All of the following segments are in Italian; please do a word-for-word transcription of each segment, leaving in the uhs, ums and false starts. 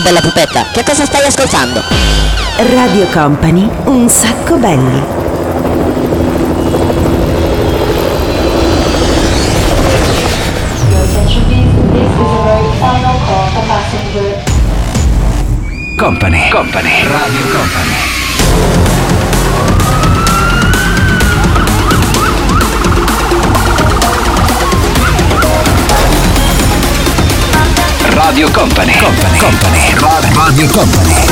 bella pupetta, che cosa stai ascoltando? Radio Company, un sacco belli. Company, Company, Radio Company. Radio Company, Company, Company, Radio Company.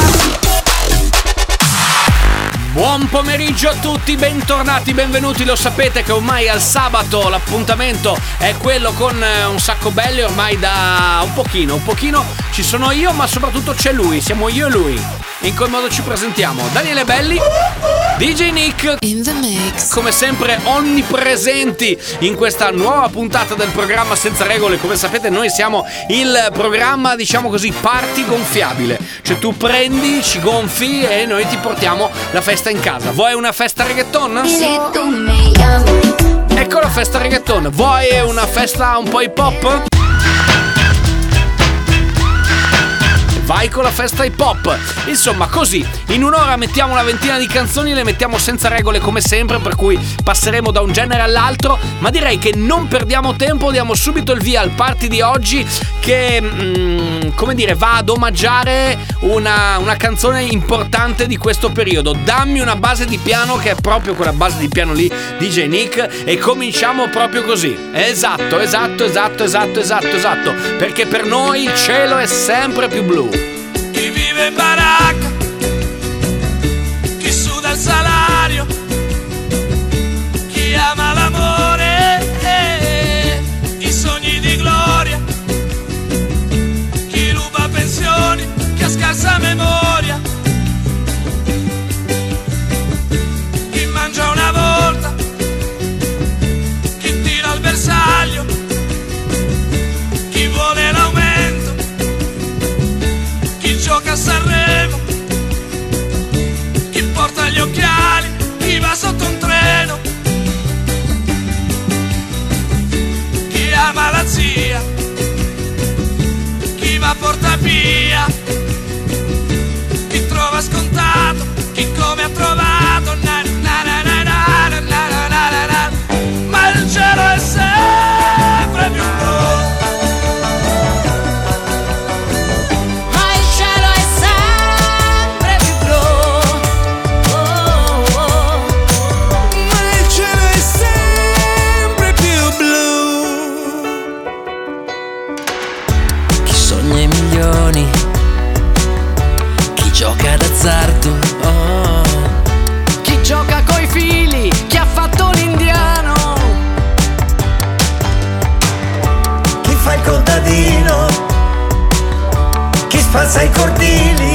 Buon pomeriggio a tutti, bentornati, benvenuti. Lo sapete che ormai al sabato l'appuntamento è quello con un sacco belli. Ormai da un pochino, un pochino ci sono io, ma soprattutto c'è lui, siamo io e lui. In quel modo ci presentiamo: Daniele Belli, D J Nick, in the mix. Come sempre onnipresenti in questa nuova puntata del programma Senza Regole. Come sapete noi siamo il programma, diciamo così, party gonfiabile. Cioè tu prendi, ci gonfi e noi ti portiamo la festa in casa. Vuoi una festa reggaeton? Ecco la festa reggaeton. Vuoi una festa un po' hip hop? Vai con la festa hip hop. Insomma, così in un'ora mettiamo una ventina di canzoni, le mettiamo senza regole come sempre, per cui passeremo da un genere all'altro. Ma direi che non perdiamo tempo, diamo subito il via al party di oggi che, mm, come dire, va ad omaggiare una, una canzone importante di questo periodo. Dammi una base di piano, che è proprio quella base di piano lì, D J Nick, e cominciamo proprio così. Esatto, esatto, esatto, esatto, esatto, esatto, perché per noi il cielo è sempre più blu. Chi vive in baracca, chi suda il salario, chi ama l'amore, eh, i sogni di gloria, chi ruba pensioni, chi ha scarsa memoria, chi mangia una volta, chi tira al bersaglio, chi vuole l'aumento, chi gioca a Sanremo, chi porta gli occhiali, chi va sotto un treno, chi ama la zia, chi va a Portapia, chi trova scontato, chi come ha trovato, na, na, na, na, na, na, na, na, na, na. Ma il cielo è sempre più blu. Gioca d'azzardo, oh. Chi gioca coi figli, chi ha fatto l'indiano, chi fa il contadino, chi spazza i cortili,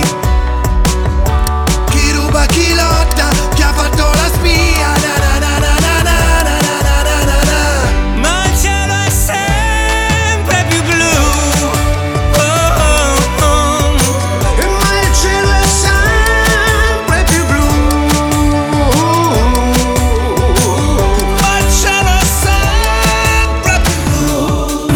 chi ruba, chi lotta, chi ha fatto la spia, na na na na na na na na na na na. Ma il cielo è sempre più blu, oh, oh, oh. Ma il cielo è sempre più blu, ma il cielo è sempre più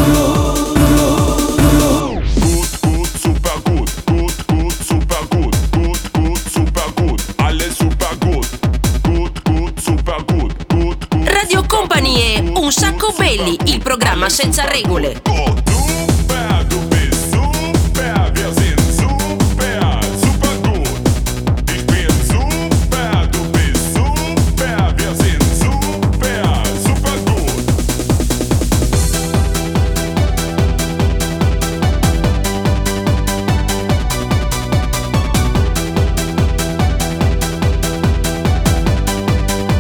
blu. Good, good, super good, good, good, super good, good, good, super good, alle super good, good, good, super good, good, good. Radio Company è Un Sacco Belli, il programma senza regole. Super, du bist super, wir sind super, super gut. Ich bin super, du bist super, wir sind super, super gut.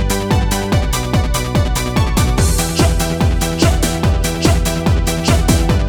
Jump, jump, jump, jump, jump.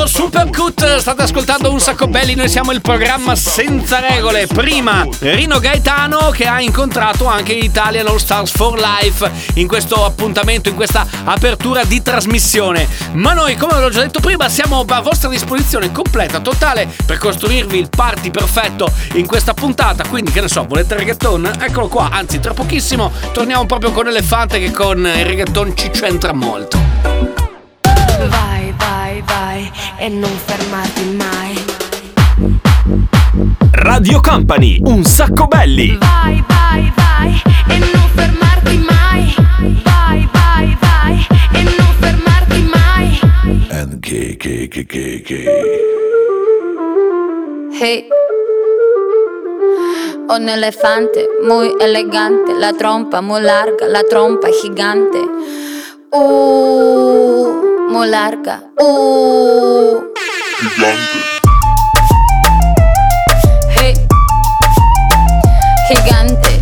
Supercut, state ascoltando Un Sacco Belli, noi siamo il programma senza regole. Prima Rino Gaetano che ha incontrato anche Italian All Stars for Life in questo appuntamento, in questa apertura di trasmissione. Ma noi, come l'ho già detto prima, siamo a vostra disposizione completa, totale, per costruirvi il party perfetto in questa puntata. Quindi, che ne so, volete il reggaeton? Eccolo qua, anzi tra pochissimo torniamo proprio con Elefante che con il reggaeton ci c'entra molto. Vai, vai, vai e non fermarti mai. Radio Company, Un Sacco Belli. Vai, vai, vai e non fermarti mai. Vai, vai, vai e non fermarti mai. And gay, gay, gay, gay, gay. Hey, un elefante muy elegante, la trompa muy larga, la trompa gigante. Uh, muy larga. Uh, Gigante. Hey, gigante.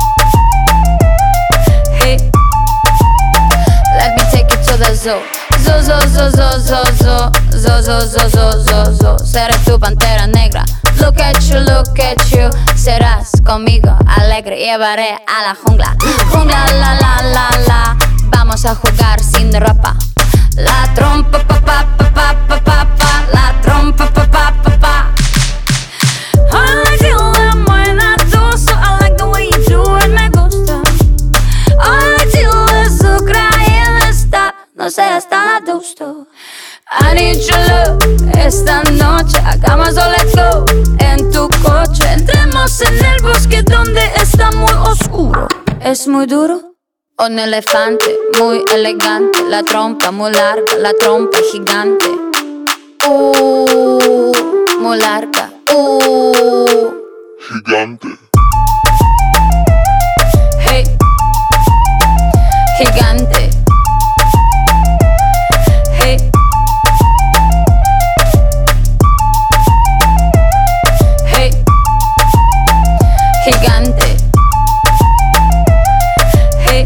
Hey, let me take you to the zoo. Zoo, zoo, zoo, zoo, zoo, zoo, zoo, zoo, zoo, zoo, zoo, zoo. Seré tu pantera negra. Look at you, look at you. Serás conmigo alegre, llevaré a la jungla. Jungla, la, la, la, la. Vamos a jugar sin ropa. La trompa, pa, pa, pa, pa, pa, pa, pa. La trompa, pa, pa, pa, pa. I like you when buena doso. I like the way you do it, me gusta. I like you es Ucraina está. No sé, está adusto. I need your love. Esta noche hagamos all let's go. En tu coche entremos en el bosque donde está muy oscuro. Es muy duro. Un elefante muy elegante, la trompa muy larga, la trompa gigante. Uh, muy larga. Uh, Gigante. Hey, gigante. Hey, hey, gigante. Hey.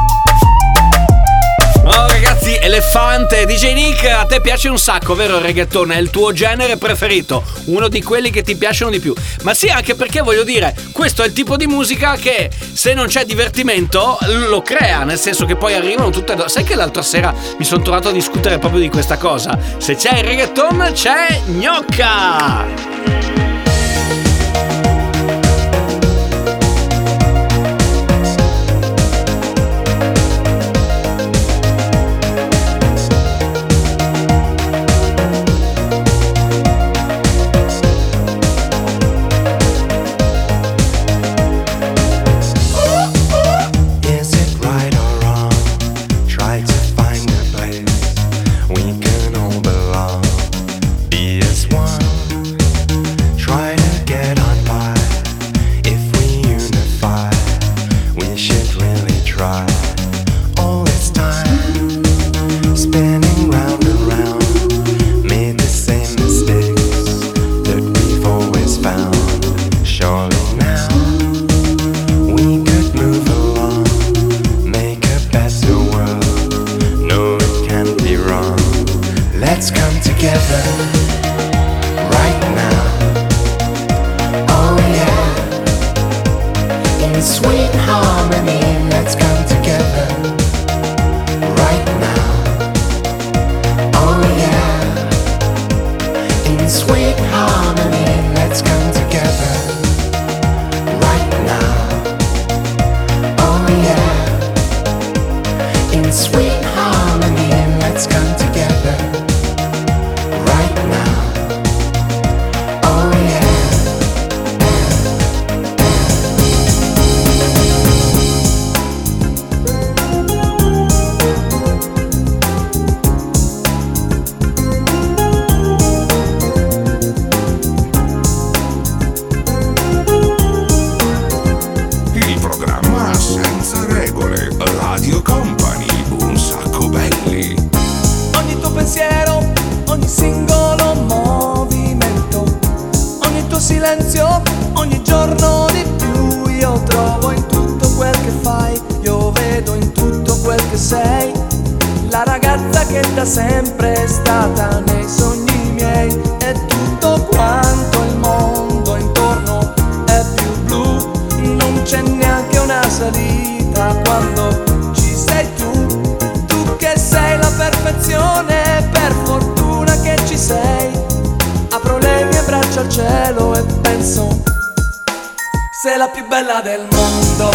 Oh ragazzi, Elefante, D J Nick, a te piace un sacco, vero il reggaeton? È il tuo genere preferito, uno di quelli che ti piacciono di più. Ma sì, anche perché voglio dire, questo è il tipo di musica che se non c'è divertimento lo crea, nel senso che poi arrivano tutte... Sai che l'altra sera mi sono trovato a discutere proprio di questa cosa? Se c'è il reggaeton c'è gnocca! silenzio ogni giorno di più. Io trovo in tutto quel che fai, io vedo in tutto quel che sei, la ragazza che da sempre è stata nei sogni salita quando ci sei tu, tu che sei la perfezione, per fortuna che ci sei. Apro le mie braccia al cielo e penso, sei la più bella del mondo,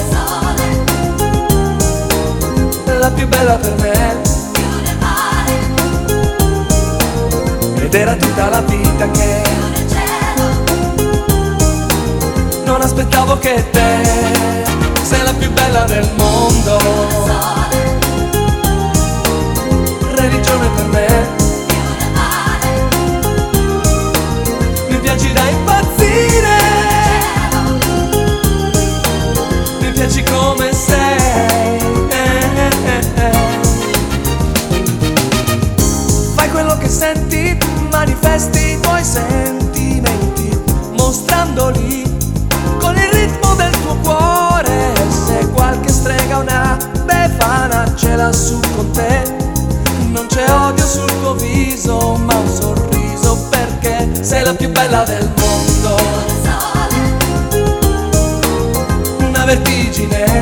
la più bella per me. Ed era tutta la vita che non aspettavo che te, sei la più bella del mondo, religione per me. Mi piaci da impazzire, mi piaci come sei, eh, eh, eh. Fai quello che senti, manifesti i tuoi sentimenti, mostrandoli con il ritmo del tuo cuore. Se qualche strega, una befana ce l'ha su con te, non c'è odio sul tuo viso, ma un sorriso, perché sei la più bella del mondo. Una vertigine,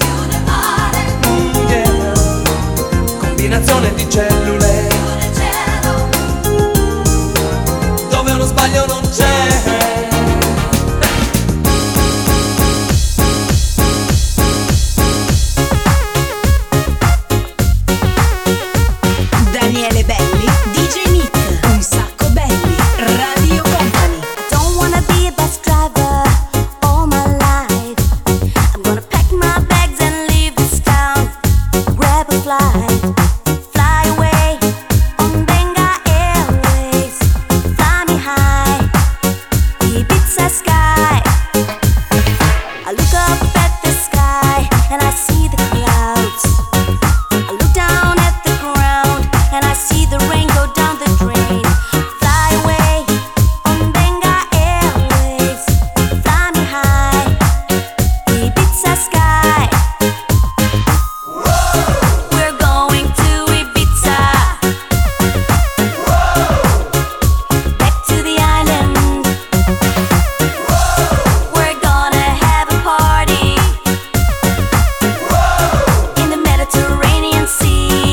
mm, yeah. Combinazione di cellule, dove uno sbaglio non c'è. Daniele Belli, D J Nick, Un Sacco Belli, Radio Company. I don't wanna be a bus driver all my life. I'm gonna pack my bags and leave this town, grab a flight, fly away on Benga Airways, fly me high, Ibiza sky. I look up at the sky and I see the clouds. I look down at the ground and I see the rain go down the drain. Fly away on Benga Airways, fly me high, Ibiza sky. We're going to Ibiza, back to the island. We're gonna have a party in the Mediterranean Sea.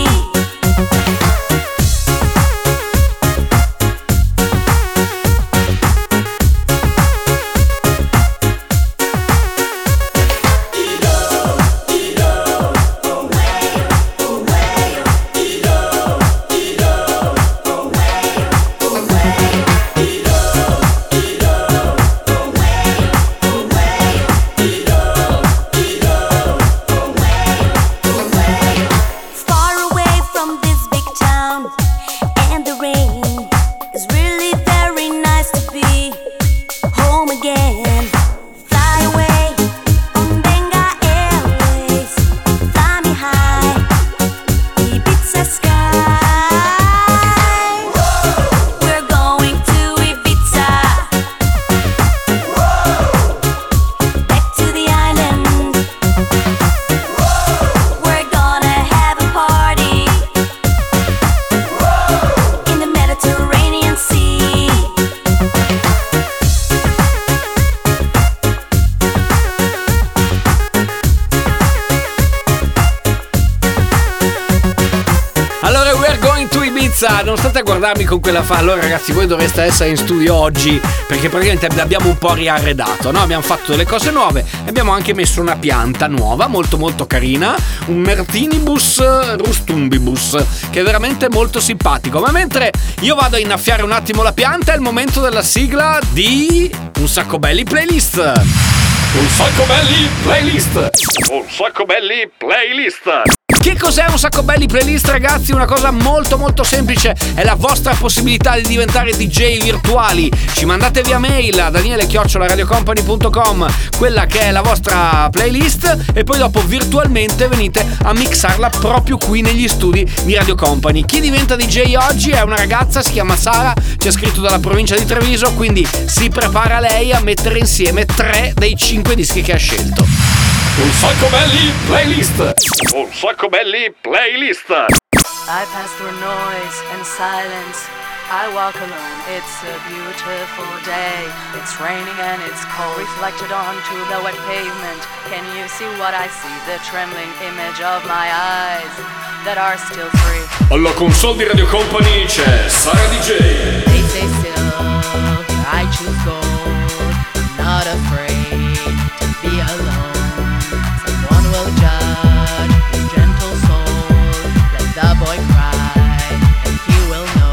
Far away from this big town and the rain, it's really very nice to be home again. Fly away on Benga Airways, fly me high, Ibiza sky. We're going to Ibiza, back to the island. We're gonna have a party in the Mediterranean Sea. Allora, we're going to Ibiza. Non state a guardarmi con quella fa. Allora, ragazzi, voi dovreste essere in studio oggi, perché praticamente l'abbiamo un po' riarredato, no? Abbiamo fatto delle cose nuove e abbiamo anche messo una pianta nuova, molto molto carina, un Mertinibus rustumbibus, che è veramente molto simpatico. Ma mentre io vado a innaffiare un attimo la pianta, è il momento della sigla di Un Sacco Belli Playlist. Un Sacco Belli Playlist. Un Sacco Belli Playlist. Che cos'è Un Sacco Belli Playlist, ragazzi? Una cosa molto molto semplice, è la vostra possibilità di diventare D J virtuali. Ci mandate via mail a daniele chiocciola radiocompany punto com quella che è la vostra playlist e poi dopo virtualmente venite a mixarla proprio qui negli studi di Radio Company. Chi diventa D J oggi è una ragazza, si chiama Sara, ci ha scritto dalla provincia di Treviso, quindi si prepara lei a mettere insieme tre dei cinque dischi che ha scelto. Un Sacco Belli Playlist. Un Sacco Belli Playlist. I pass through noise and silence, I walk alone, it's a beautiful day. It's raining and it's cold, reflected onto the wet pavement. Can you see what I see? The trembling image of my eyes that are still free. Alla console di Radio Company c'è Sara D J. They say silver, I choose gold. I'm not afraid to be alone. Someone will judge his gentle soul. Let the boy cry and he will know.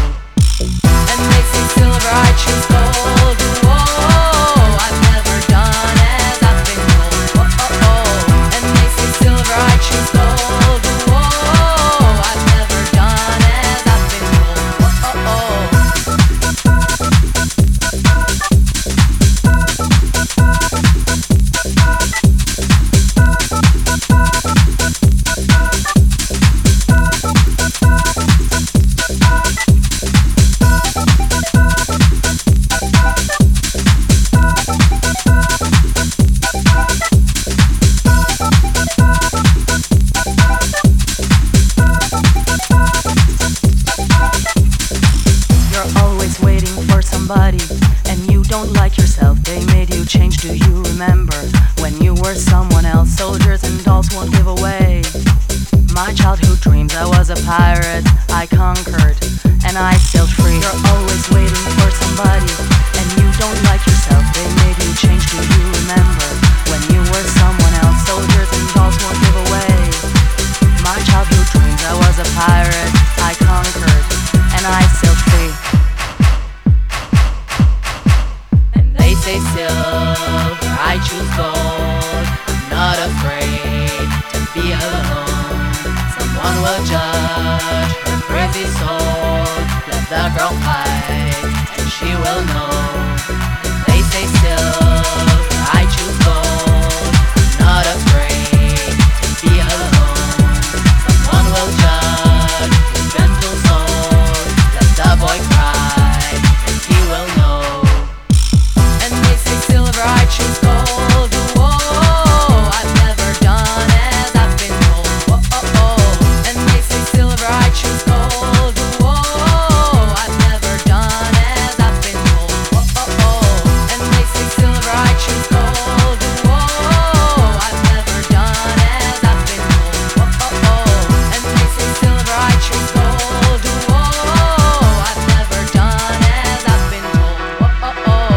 Silver, I choose gold. Whoa, I've never done as I've been told. Whoa, oh, oh. And they say silver, I choose gold. Whoa, I've never done as I've been told. Whoa, oh, oh. Somebody, and you don't like yourself. They made you change, do you remember? When you were someone else, soldiers and dolls won't give away my childhood dreams. I was a pirate, I conquered, and I sailed free. You're always waiting for somebody, and you don't like yourself. They made you change, do you remember? When you were someone else, soldiers and dolls won't give away my childhood dreams. I was a pirate, I conquered, and I sailed free. Say silver, I choose gold. I'm not afraid to be alone. Someone will judge her crazy soul. Let the girl fight and she will know. They say silver, I choose gold. I'm not afraid to be alone. Someone will judge his gentle soul. Let the boy cry and he will know. Silver, I choose gold. Whoa, I've never done as I've been told. Whoa, oh, oh. And they say silver, I choose gold. Whoa, I've never done as I've been told. Whoa, oh, oh. And they say silver, I choose gold. Whoa, I've never done as I've been told. Whoa, oh, oh. And they say silver, I choose gold. Whoa, I've never done as I've been told. Whoa, oh, oh.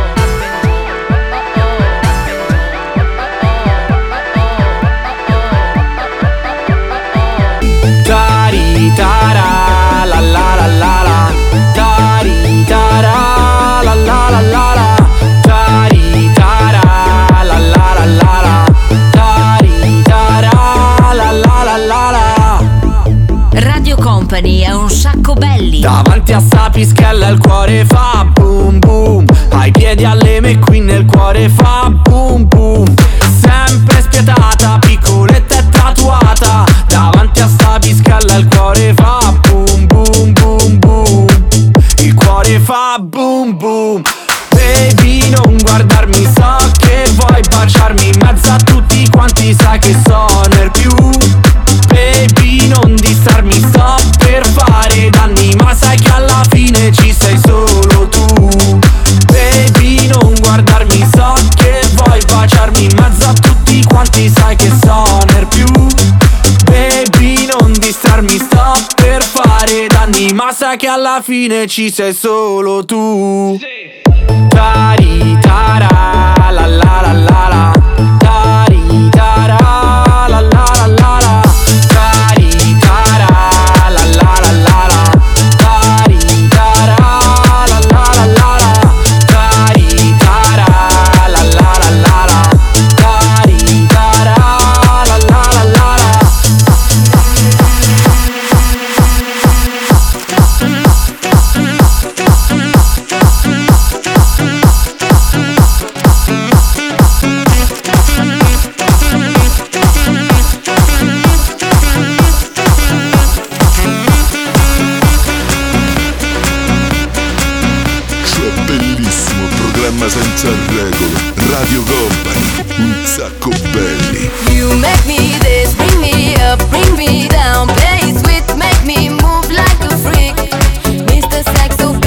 Tara la la la la la, tari tara la la la la la, tari tara la la la la la, tari tara la la la la la. Radio Company è un sacco belli. Davanti a sta pischella il cuore fa boom boom, ai piedi alle McQueen il cuore fa boom boom. Sempre spietata, piccoletta e tatuata, davanti a sta pischella il cuore fa boom boom boom boom, il cuore fa boom boom. Baby non guardarmi, so che vuoi baciarmi in mezzo a tutti quanti, sai che sono il più. Baby non distarmi, sto per fare danni, ma sai che alla fine ci sei solo tu. Baby non guardarmi, so che vuoi baciarmi in mezzo a tutti quanti, sai che sono il più. Baby non distarmi, sto per fare danni, ma sai che alla fine ci sei solo tu. Tari tara la la la la la, tari tara la la la la la, tari tara la la la la la, tari tara la la la la la, tari tara la la la la la, tari tara la la la la la. Senza regole, Radio Company, un sacco belli. You make me this, bring me up, bring me down, play sweet, make me move like a freak. Mister Saxophone.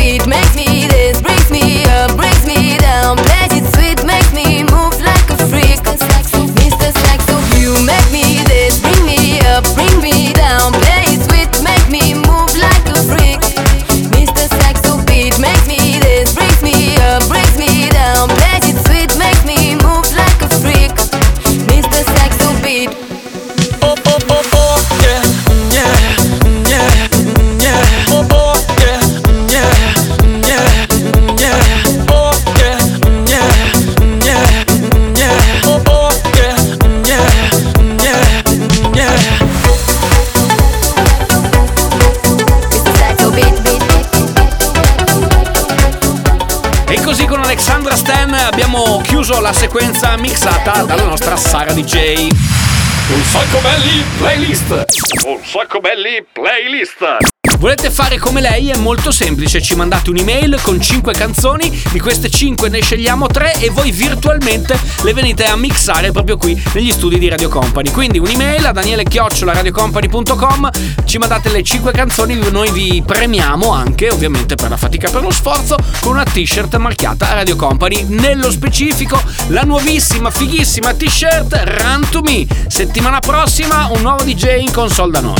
la sequenza mixata dalla nostra Sara D J. Un sacco belli playlist. Un sacco belli playlist. Volete fare come lei? È molto semplice, ci mandate un'email con cinque canzoni, di queste cinque ne scegliamo tre e voi virtualmente le venite a mixare proprio qui negli studi di Radio Company. Quindi un'email a daniele chiocciola radiocompany punto com, ci mandate le cinque canzoni, noi vi premiamo anche ovviamente per la fatica e per lo sforzo con una t-shirt marchiata Radio Company, nello specifico la nuovissima fighissima t-shirt Run to Me. Settimana prossima un nuovo D J in console da noi.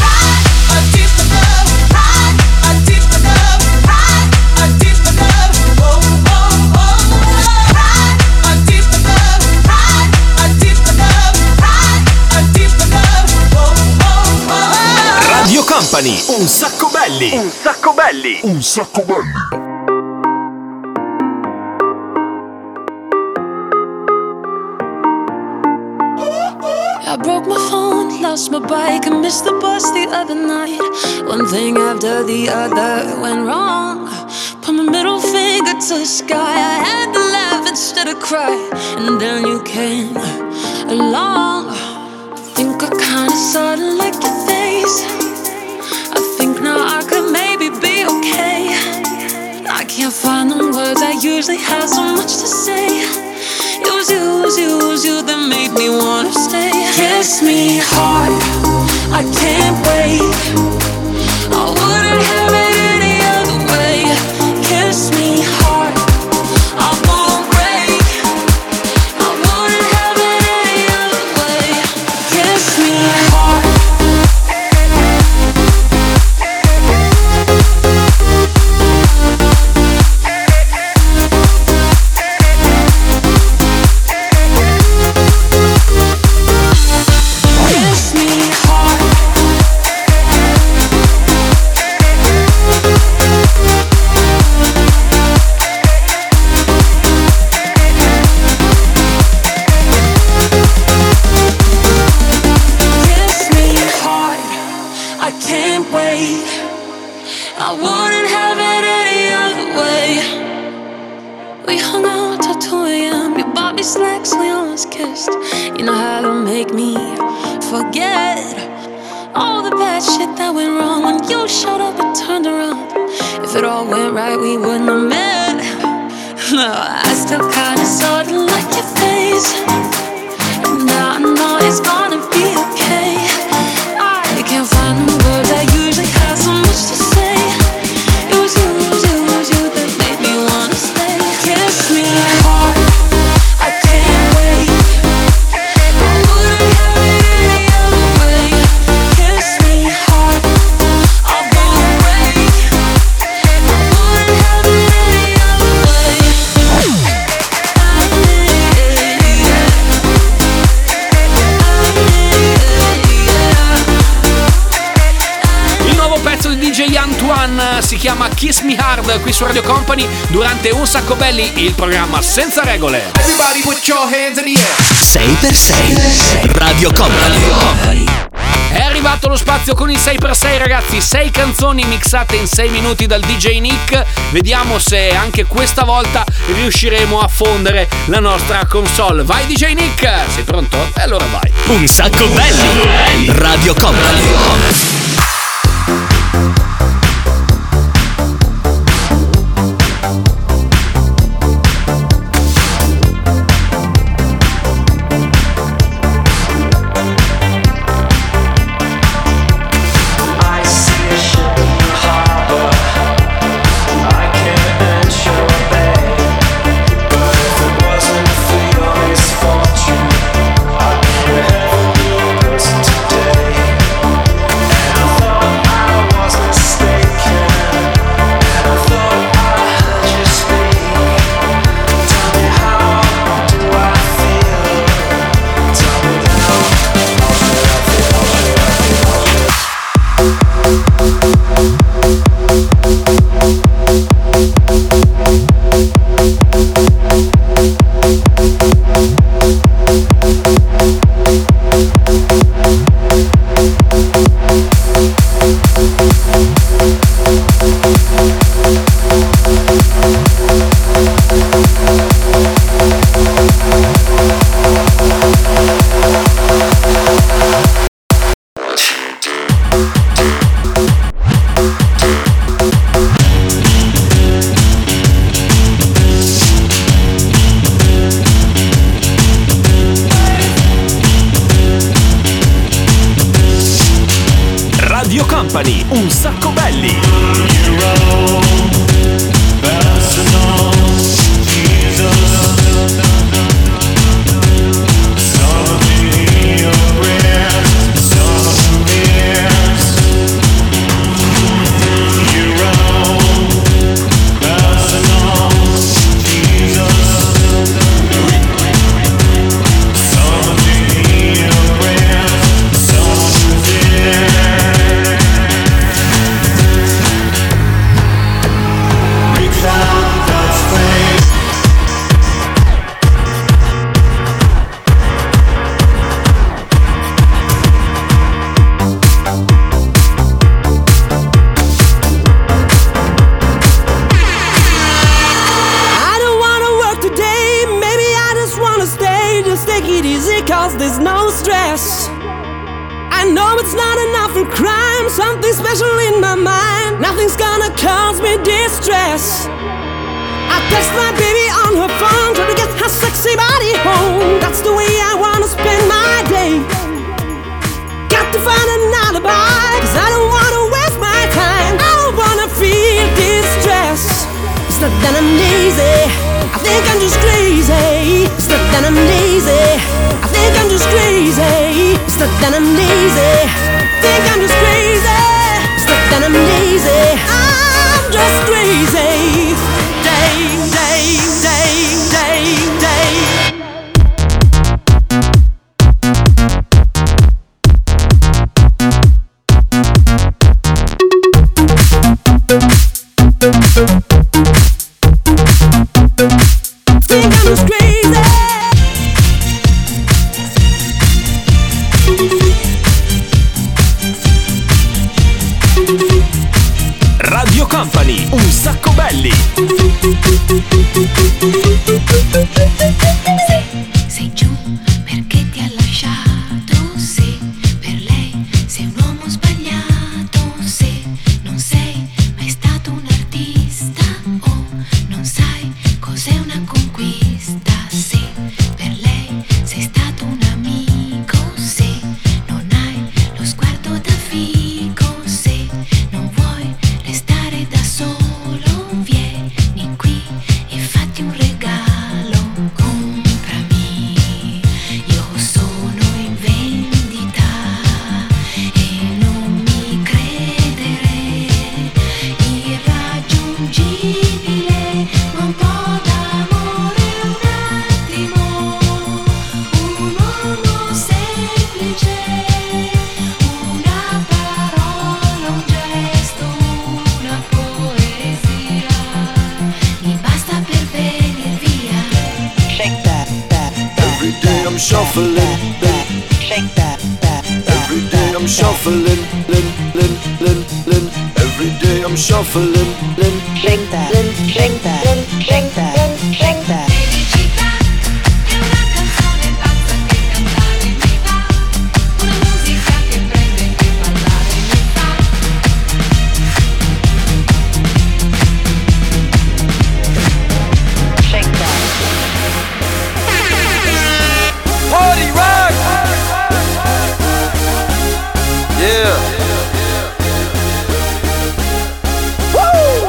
Radio Company, un sacco belli, un sacco belli, un sacco belli. I broke my phone, lost my bike, and missed the bus the other night. One thing after the other went wrong. Put my middle finger to the sky. I had to laugh instead of cry. And then you came along. I think I kinda sorta like your face. I think now I could maybe be okay. I can't find the words, I usually have so much to say. It was you, it was you, it was you that made me wanna stay. Kiss me hard, I can't wait. I wouldn't have it any other way. Kiss me hard, I won't break. I wouldn't have it any other way. Kiss me hard. Si chiama Kiss Me Hard qui su Radio Company durante Un Sacco Belli, il programma senza regole. Everybody put your hands in the air. sei per sei Radio Company. È arrivato lo spazio con il sei per sei, ragazzi, sei canzoni mixate in sei minuti dal D J Nick. Vediamo se anche questa volta riusciremo a fondere la nostra console. Vai D J Nick, sei pronto? E allora vai. Un Sacco Belli Radio Company. Today Radio Company, un sacco belli. There's no stress. I know it's not enough for crime. Something special in my mind. Nothing's gonna cause me distress. I text my baby on her phone, trying to get her sexy body home. That's the way I wanna spend my day. Got to find an alibi, cause I don't wanna waste my time. I don't wanna feel distress. It's not that I'm lazy, I think I'm just crazy. It's not that I'm lazy, I think I'm just crazy. It's not that I'm lazy, think I'm just crazy. It's not that I'm lazy, I'm just crazy. Day, day, day, day, day. Think I'm just crazy. Radio Company, un sacco belli. Sei giù perché ti ha lasciato, se per lei sei un uomo sbagliato, se non sei mai stato un artista o non sai cos'è una conquista, se per lei sei stato un amico, se non hai lo sguardo da fico, se non vuoi restare da solo, vieni qui e fatti un regalo, comprami, io sono in vendita e non mi credere, irraggiungibile, ma un po' d'amore un attimo, un uomo semplice, una parola, un gesto, una poesia, mi basta per venir via. Shake that, that, Every day I'm shuffling, shake that, that, every day I'm shuffling, lin, lin, lin, lin. Every day I'm shuffling, lin, shake that, shake that, shake that, shake that. Felicità è una canzone pazza che cantare mi fa, una musica che prende e che ballare mi fa. Shake that. Party rock! Yeah! Woo!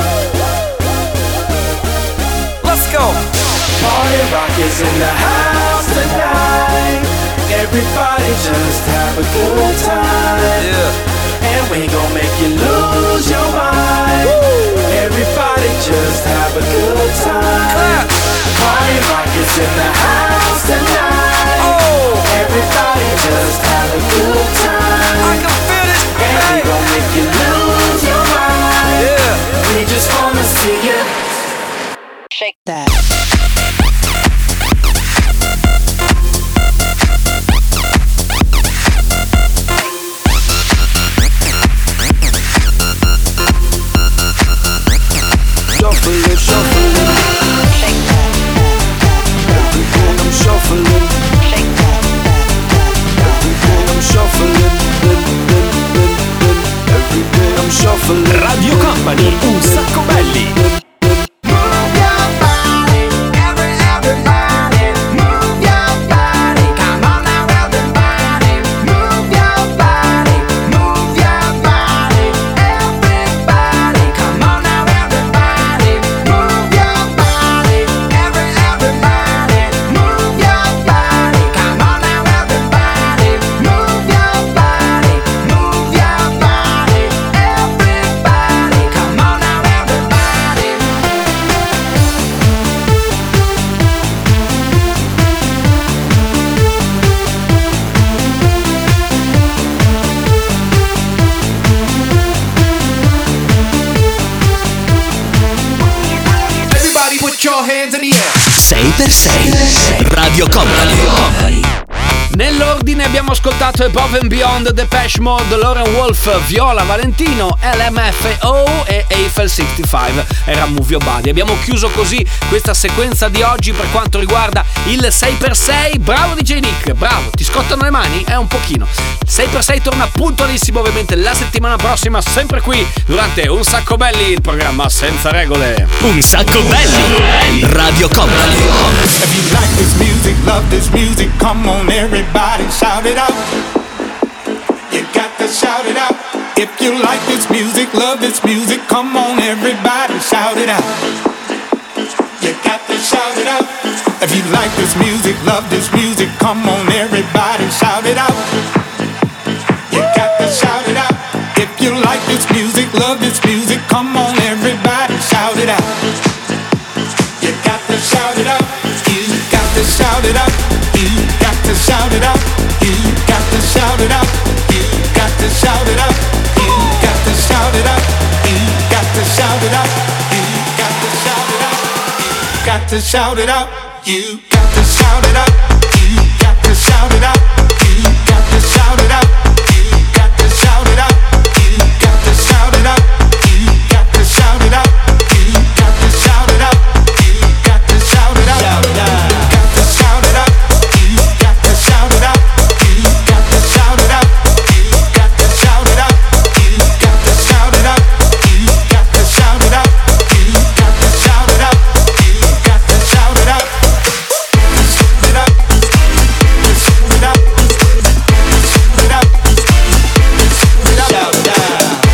Let's go! Party rock is in the house tonight. Everybody just have a good time. Yeah. And we gon' make you lose your mind. Woo! Everybody just have a good time. Clap. Party rock is in the house tonight. Oh! Everybody just have a good time. I can feel it. And hey. We gon' make you lose your mind. Yeah. We just wanna see you shake that. Shuffle it, shuffle it. Shake that. Every day I'm shuffling. sei Radio Company. Nell'ordine abbiamo ascoltato Above and Beyond, Depeche Mode, Lauren Wolf, Viola Valentino, L M F O e Eiffel sessantacinque. Era Move Your Body. Abbiamo chiuso così questa sequenza di oggi per quanto riguarda il sei per sei. Bravo D J Nick, bravo. Ti scottano le mani? Eh, un pochino. sei per sei torna puntualissimo ovviamente la settimana prossima, sempre qui durante Un Sacco Belli, il programma senza regole. Un Sacco Belli, Radio Company. If you like this music, love this music, come on everybody, shout it out. You got to shout it out. If you like this music, love this music, come on everybody, shout it out. You got to shout it out. If you like this music, love this music, come on everybody, shout it out. You got to shout it out. If you like this music, love this music, come on everybody, shout it out. You got to shout it out. You got to shout it out. You got to shout it out. You got to shout it out. You got to shout it out. You got to shout it out. You got to shout it out. You got to shout it out. You got to shout it out. You got to shout it out. You got to shout it out. You got to shout it out. You got to shout it out. You got to shout it out. You got to shout it out. You got to shout it out. You got to shout it out. Shout it out. You got to shout it out. You got to shout it out. You got to shout it out. You got to shout it out. You got to shout it out. You got to shout it out. You got to shout it out. You got to shout it out. Shout it out. Shout it out. Shout it out. Shout it out.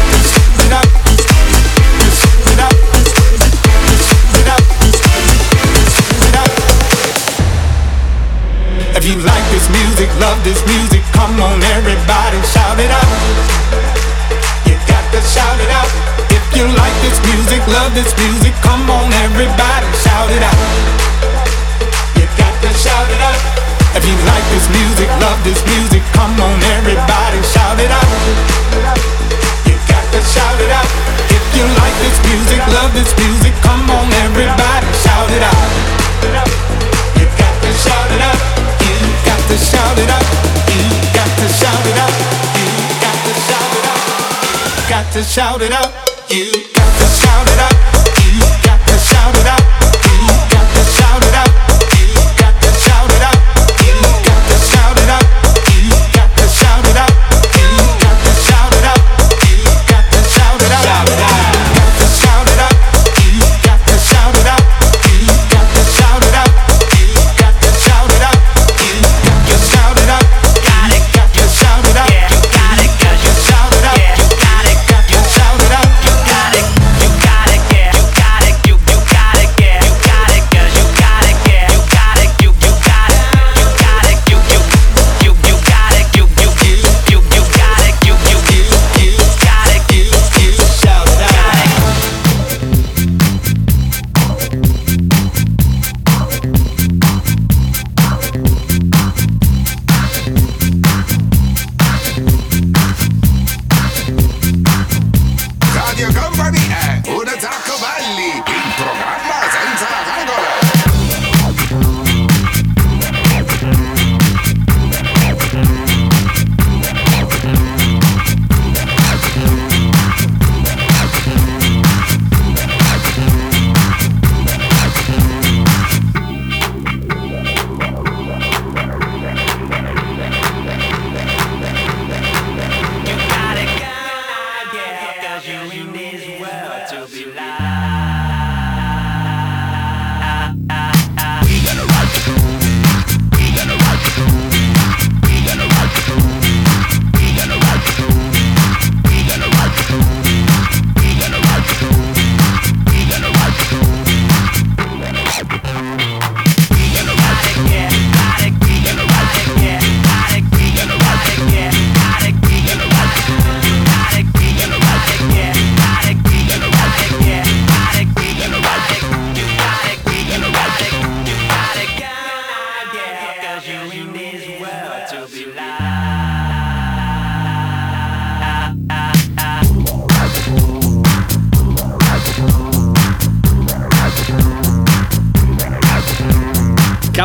If you like this music, love this music, come on everybody, shout it out. You got to shout it out. If you like this music, love this music, come on everybody, shout it out. You got to shout it out. If you like this music, love this music, come on everybody, shout it out. You got to shout it out. If you like this music, love this music, come on everybody, shout it out. You got to shout it out. You got to shout it out. You got to shout it out. You got to shout it out. You got to shout it out. You got to shout it out. You got to shout it out. You got to shout it out. You got to shout it out. You got to shout it out. You got to shout it out. You got to shout it out. You got to shout it out. Shout it out. You got to shout it out. You got to shout it out. You got to shout it out. You got to shout it out. You got to shout it out. Got it. Got to shout it out. You got it. Got to shout it out. You got it. Got to shout it out. You got it. You got it. Yeah. You got it. You you got it. Yeah. You got it. 'Cause you got it. Yeah. You got it. You you got it. You got it. You you you you got it. You you you you you got it. You you you you got it. You you shout it out. Radio Company è Un Sacco Belli, il programma senza regole.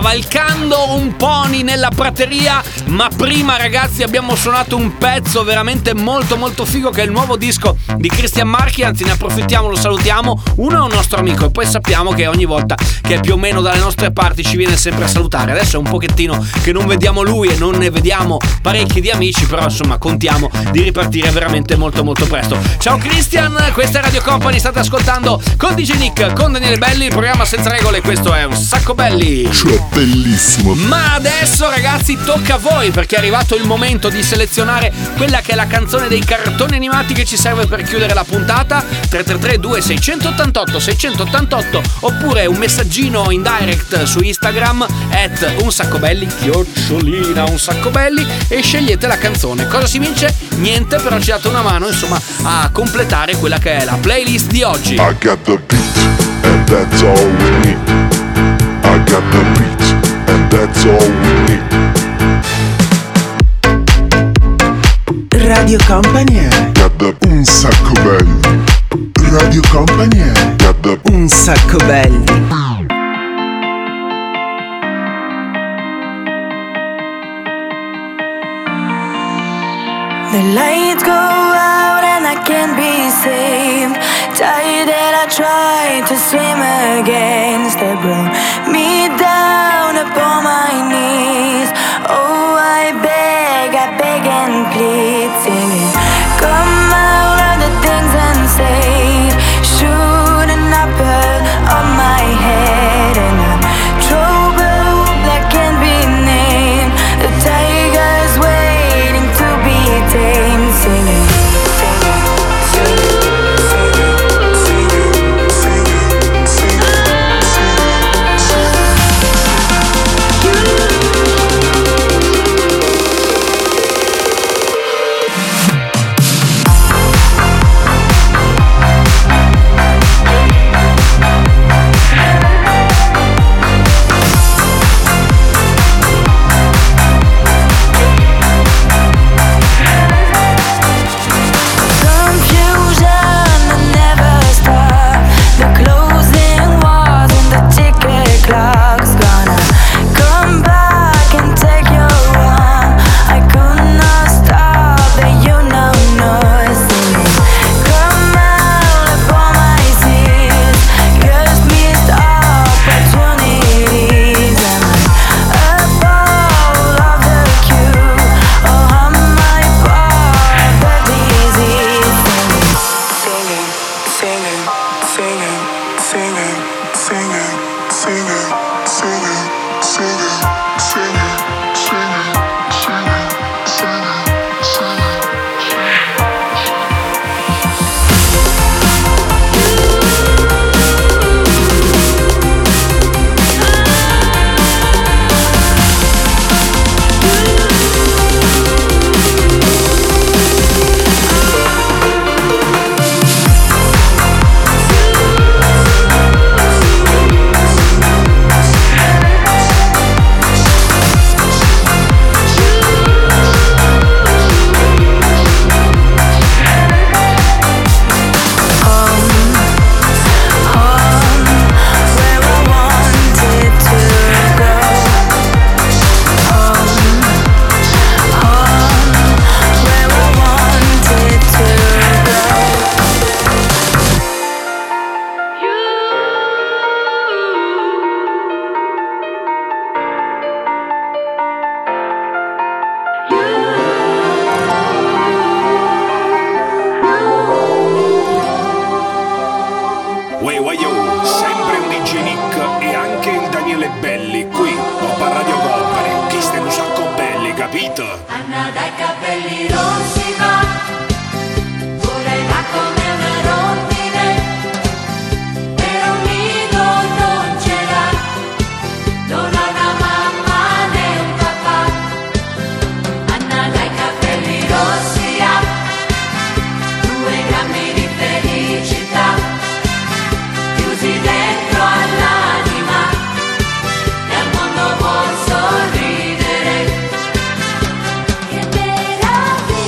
cavalcando un pony nella prateria. Ma prima, ragazzi, abbiamo suonato un pezzo veramente molto molto figo, che è il nuovo disco di Christian Marchi. Anzi, ne approfittiamo, lo salutiamo. Uno è un nostro amico e poi sappiamo che ogni volta che è più o meno dalle nostre parti ci viene sempre a salutare. Adesso è un pochettino che non vediamo lui e non ne vediamo parecchi di amici, però insomma contiamo di ripartire veramente molto molto presto. Ciao Christian, questa è Radio Company, state ascoltando con D J Nick, con Daniele Belli, il programma senza regole. Questo è Un Sacco Belli. Cioè bellissimo. Ma adesso, ragazzi, tocca a voi, perché è arrivato il momento di selezionare quella che è la canzone dei cartoni animati che ci serve per chiudere la puntata. Tre tre tre due sei otto otto sei otto otto oppure un messaggino in direct su Instagram at un sacco belli, chiocciolina un sacco belli, e scegliete la canzone. Cosa si vince? Niente, però ci date una mano insomma a completare quella che è la playlist di oggi. I got the beat and that's all we need. I got the beat and that's all we need. Radio Company Got the Un Sacco Belli. Radio Company Got the Un Sacco Belli. The lights go out and I can't be saved. Tired that I tried to swim against the brought me down upon my knees. Oh, I beg, I beg and plead, singing, come out of the things unsaid. Shoot an apple on my head and I'm trouble that can't be named. The tiger's waiting to be tamed, singing, che meraviglia.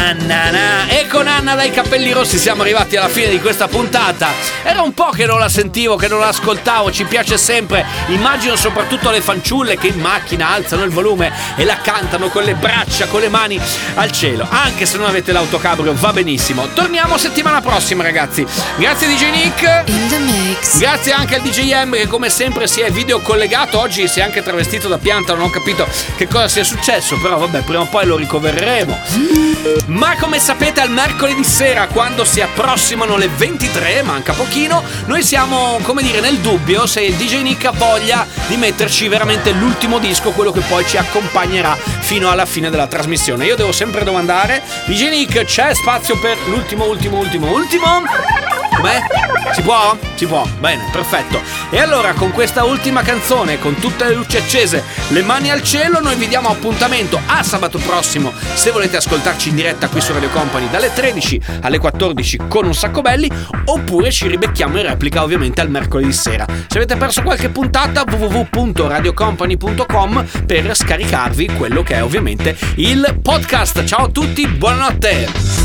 Na, na, na. E con Anna dai capelli rossi siamo arrivati alla fine di questa puntata. Era un po' che non la sentivo, che non la ascoltavo. Ci piace sempre. Immagino soprattutto le fanciulle che in macchina alzano il volume e la cantano con le braccia, con le mani al cielo. Anche se non avete l'autocabrio va benissimo. Torniamo settimana prossima, ragazzi. Grazie D J Nick. In the mix. Grazie anche al D J M che come sempre si è video collegato. Oggi si è anche travestito da pianta. Non ho capito che cosa sia successo, però vabbè, prima o poi lo ricovereremo. Ma come sapete, al mercoledì sera, quando si approssimano le ventitré, manca pochino, noi siamo, come dire, nel dubbio se il D J Nick ha voglia di metterci veramente l'ultimo disco, quello che poi ci accompagnerà fino alla fine della trasmissione. Io devo sempre domandare: D J Nick, c'è spazio per l'ultimo, ultimo, ultimo, ultimo? Com'è? Si può? Si può, bene, perfetto. E allora con questa ultima canzone, con tutte le luci accese, le mani al cielo, noi vi diamo appuntamento a sabato prossimo, se volete ascoltarci in diretta qui su Radio Company dalle tredici alle quattordici con Un Sacco Belli, oppure ci ribecchiamo in replica ovviamente al mercoledì sera. Se avete perso qualche puntata, w w w punto radio company punto com per scaricarvi quello che è ovviamente il podcast. Ciao a tutti, buonanotte.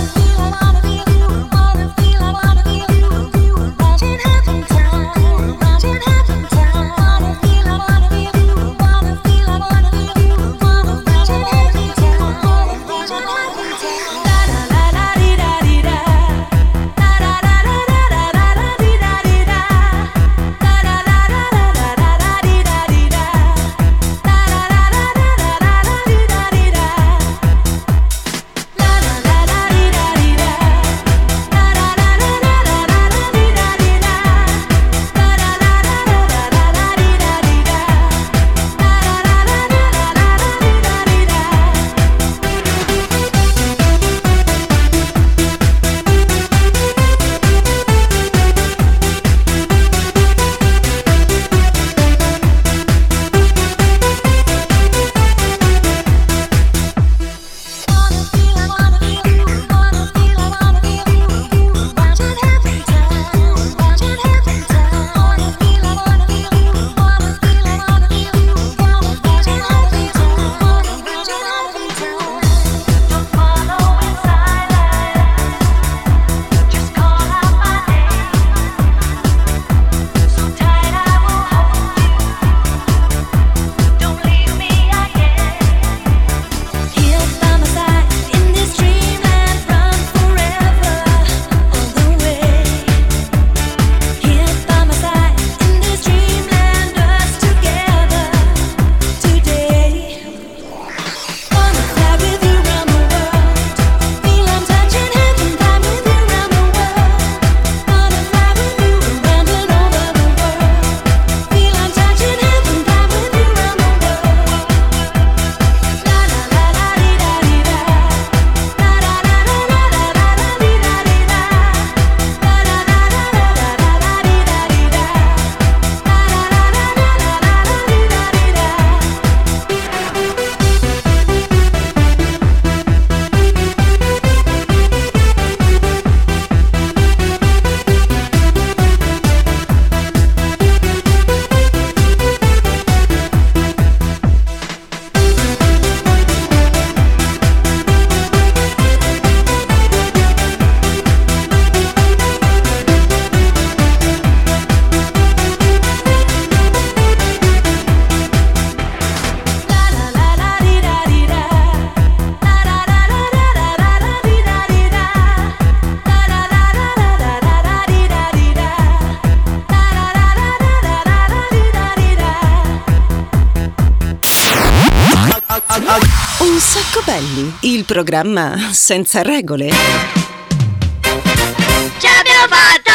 Un Sacco Belli, il programma senza regole. Ce l'abbiamo fatta!